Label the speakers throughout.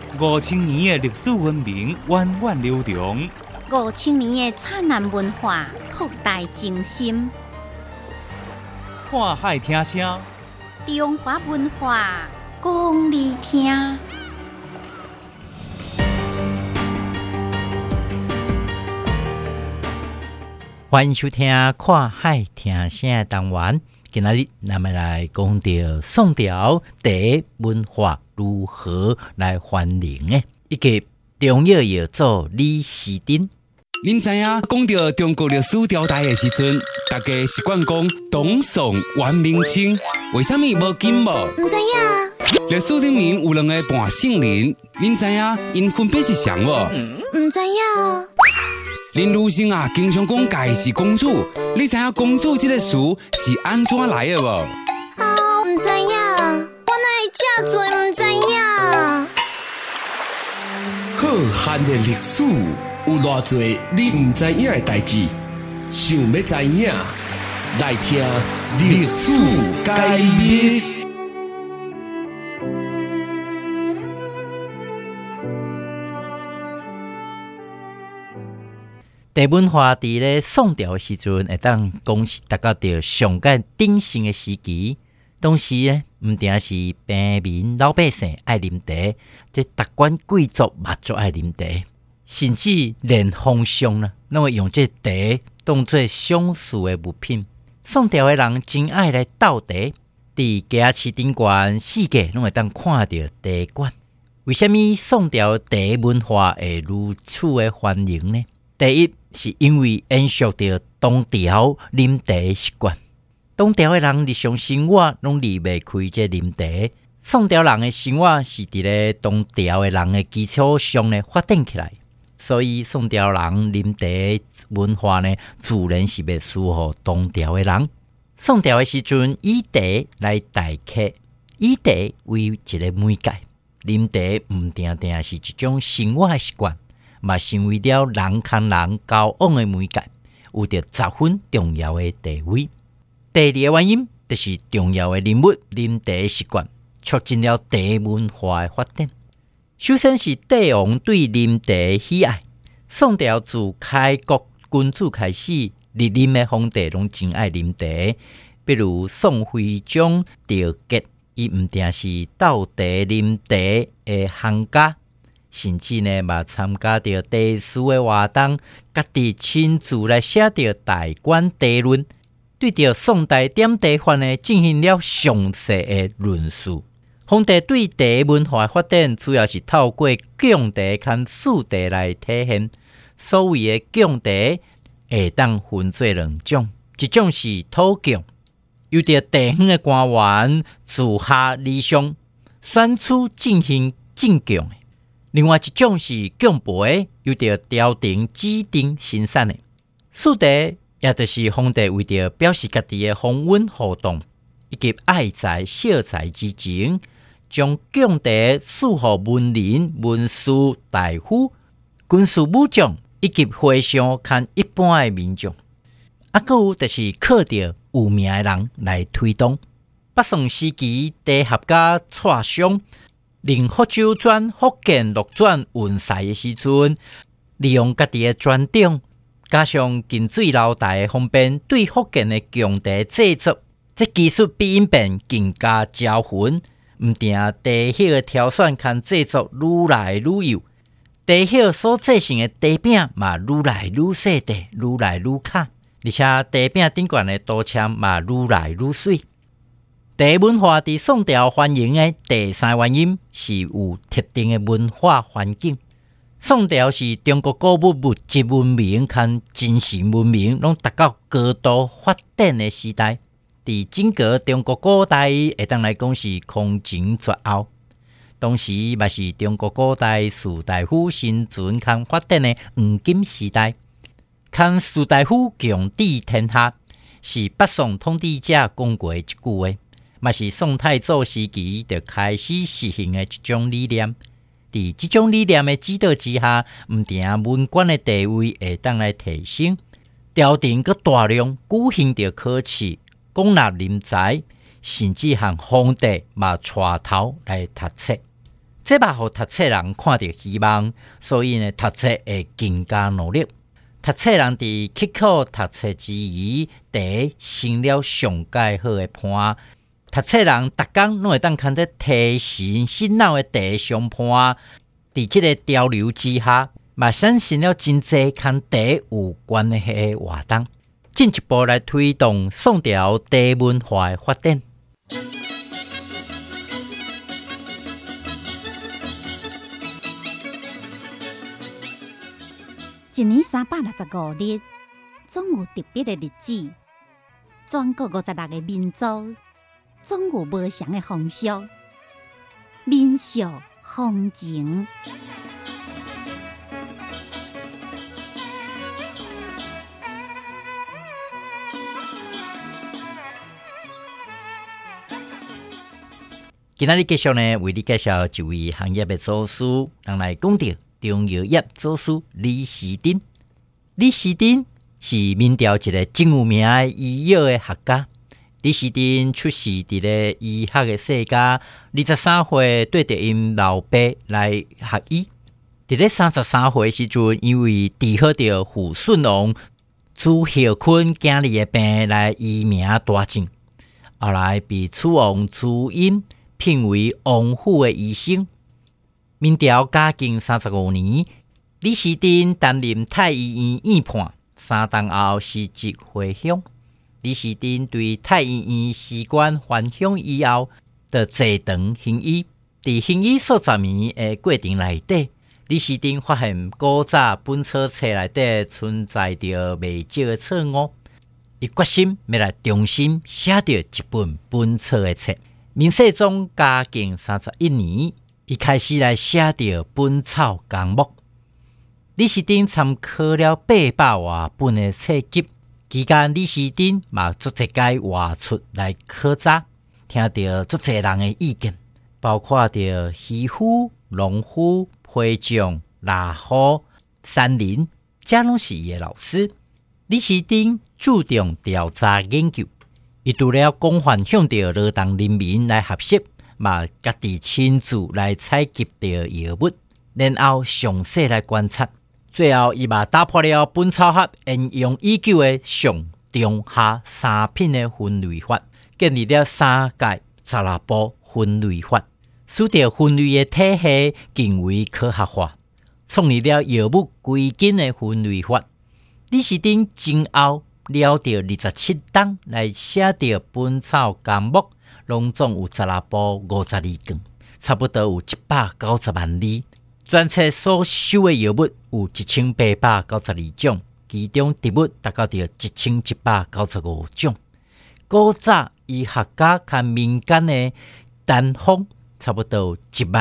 Speaker 1: 5000年的历史文明源远流长
Speaker 2: ，5000年的灿烂文化博大精深。
Speaker 1: 看海听声，
Speaker 2: 中华文化讲你听。
Speaker 3: 欢迎收听《看海听声》的单元。今仔日咱们来讲到宋朝第一文化如何来繁荣的，以及重要要做李时珍。
Speaker 4: 您知影讲到中国历史朝代的时阵，大家习惯讲东宋元明清，为什么无金无？
Speaker 2: 唔知影。
Speaker 4: 历史里面有两个半圣人，您知影因分别是谁无？
Speaker 2: 唔知影。
Speaker 4: 林如生啊，经常讲家是公主，你知影公主这个词是安怎来的无？
Speaker 2: 哦，唔知影，我哪会这多唔知影？
Speaker 5: 浩瀚的历史，有偌多你唔知影的代志，想要知影，来听历史解密。
Speaker 3: 地文化伫咧宋朝的时阵，会当讲是达到着上界鼎盛的时期。当时呢，毋定是平民老百姓爱啉茶，即达官贵族嘛足爱啉茶，甚至连皇上呢，拢会用这茶当作赏赐的物品。宋朝的人真爱来斗茶，伫街市顶悬四界拢会当看到茶馆。为什么宋朝茶文化会如此的繁荣呢？第一是因为延续着唐朝啉茶的习惯。唐朝的人日常生活拢离袂开这啉茶。宋朝人的生活是伫咧唐朝的人的基础上呢发展起来，所以宋朝人啉茶文化呢，自然是袂输乎唐朝的人。宋朝的时阵，以茶来待客，以茶为一个媒介，啉茶毋定定是一种生活的习惯。嘛成为了人跟人交往的媒介，有着十分重要的地位。第二个原因就是重要的人物啉茶的习惯，促进了茶文化的发展。首先是帝王对啉茶的喜爱。宋朝自开国君主开始，历任的皇帝拢真爱啉茶，比如宋徽宗、赵佶，伊毋定是斗茶啉茶的行家。甚至呢，嘛参加着茶书的活动，家己亲自来写着大观茶论，对着宋代点茶法呢进行了详细的论述。皇帝对茶文化的发展，主要是透过讲茶跟试茶来体现。所谓的讲茶，会当分做两种，一种是讨讲，由着地方的官员自下而上选取进行进讲。另外一种是讲培，由着朝廷指定生产的。试茶也就是皇帝为着表示家己的丰温活动以及爱才惜才之情，将讲茶赐予文人、文士、大夫、军事武将以及会上看一般的民众。还有就是靠着有名的人来推动。北宋时期，茶学家蔡襄令福州转福建陆转运赛的时阵，利用家己的专长，加上近水楼台的方便，对福建的强茶制作，这技术比因变更加招魂。毋定茶叶的挑选跟制作愈来愈有，茶叶所制成的茶饼嘛愈来愈细块，愈来愈卡，而且茶饼顶悬的刀签嘛愈来愈水。茶文化伫宋朝繁荣的第三原因是有特定的文化环境。宋朝是中国古物质文明跟精神文明拢达到高度发展的时代。伫整个中国古代会当来讲是空前绝后。当时嘛是中国古代士大夫生存跟发展的黄金时代。看士大夫强治天下，是北宋统治者讲过一句话。嘛是宋太祖时期就开始实行的一种理念。伫这种理念的指导之下，毋定文官的地位会当来提升。朝廷佮大量举行着考试，广纳人才，甚至和皇帝嘛带头来读册。 这嘛，互读册人看到希望，所以呢，读册会更加努力。读册人伫刻苦读册之余，第一成了上介好的伴。读册人逐工拢会当看这提神醒脑的第一上伴。伫即个潮流之下，嘛产生了真济跟第一有关系的活动，进一步来推动宋朝茶文化的发展。
Speaker 6: 一年365日，总有特别的日子。全国56个民族，总有无相的风俗、民俗、风情。
Speaker 3: 今仔日继续呢，为你介绍一位行业的祖师，人来讲到中药业祖师李时珍。李时珍是明朝一个真有名的医药的学家。李时珍出世伫咧医学的世家，23岁对着因老爸来学医。伫咧33岁时阵，因为治好着傅顺王朱孝坤囝儿的病来医名大振，后来被楚王朱棣聘为王府的医生。明朝嘉靖35年，李时珍担任太医院院判，3冬后辞职回乡。李时珍对太医院士官返乡以后，就坐堂行医。在行医数十年的过程内底，李时珍发现古早本草册内底存在着未少的错误，伊决心要来重新写着一本本草的册。明世宗嘉靖31年，伊开始来写着《本草纲目》。李时珍参考了800多本的册籍，期间李时珍嘛足侪间外出来考察，听到足侪人的意见，包括着渔夫、农夫、批匠、蜡户、山林，这拢是伊的老师。李时珍注重调查研究。伊除了广泛向着劳动人民来学习，嘛家己亲自来采集着药物，然后详细来观察。最后，伊嘛打破了本草学沿用已久的上、中、下3品的分类法，建立了3界12步分类法，使得分类的体系更为科学化，创立了药物归根的分类法。李时珍前后了着27档来写着《本草纲目》，拢总有12部52卷，差不多有190万字。全册所收的药物有1892种，其中植物达到着1195种。古早医学家和民间的单方差不多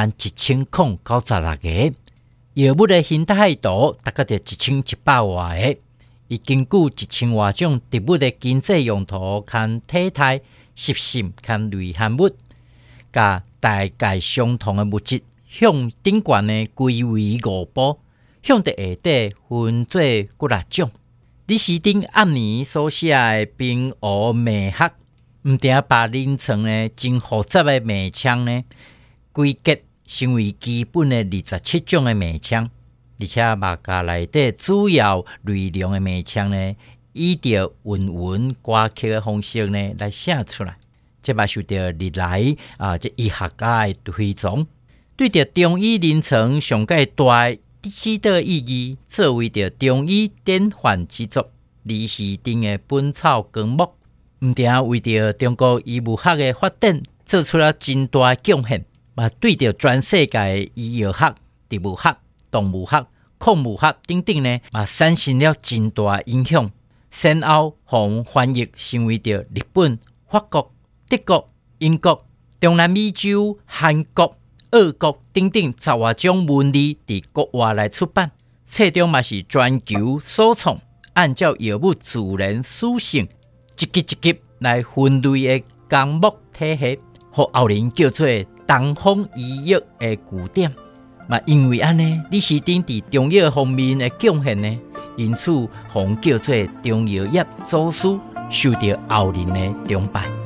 Speaker 3: 11096个，药物的形态图达到着1100多个。伊根据1000多种植物的经济用途、和体态、习性、和类含物，甲大概相同的物质，向顶悬的归为5部，向伫下底分做6种。李时珍暗年所写的《平湖脉学》，毋定把临床呢真复杂的脉象呢归结成为基本的27种的脉象。而且马甲内底主要内容的脉象呢，以着韵歌曲的方式呢来写出来。这嘛受到历来这医学家的推崇，对着中医临床上界大指导意义，作为着中医典范之作。李时珍的《本草纲目》，毋定为着中国医务学的发展做出了真大贡献，嘛对着全世界的医药学、植物学、动物学、矿物学等等呢，嘛产生了真大影响。先后互翻译成为着日本、法国、德国、英国、中南美洲、韩国、俄国等等10多种文字伫国外来出版。册中嘛是全球首创，按照药物自然属性一级一级来分类的纲目体系，互后人叫做东方医药的据点。嘛，因为安尼，李时珍伫中药方面的贡献呢，因此互叫做中药业祖师，受到后人的崇拜。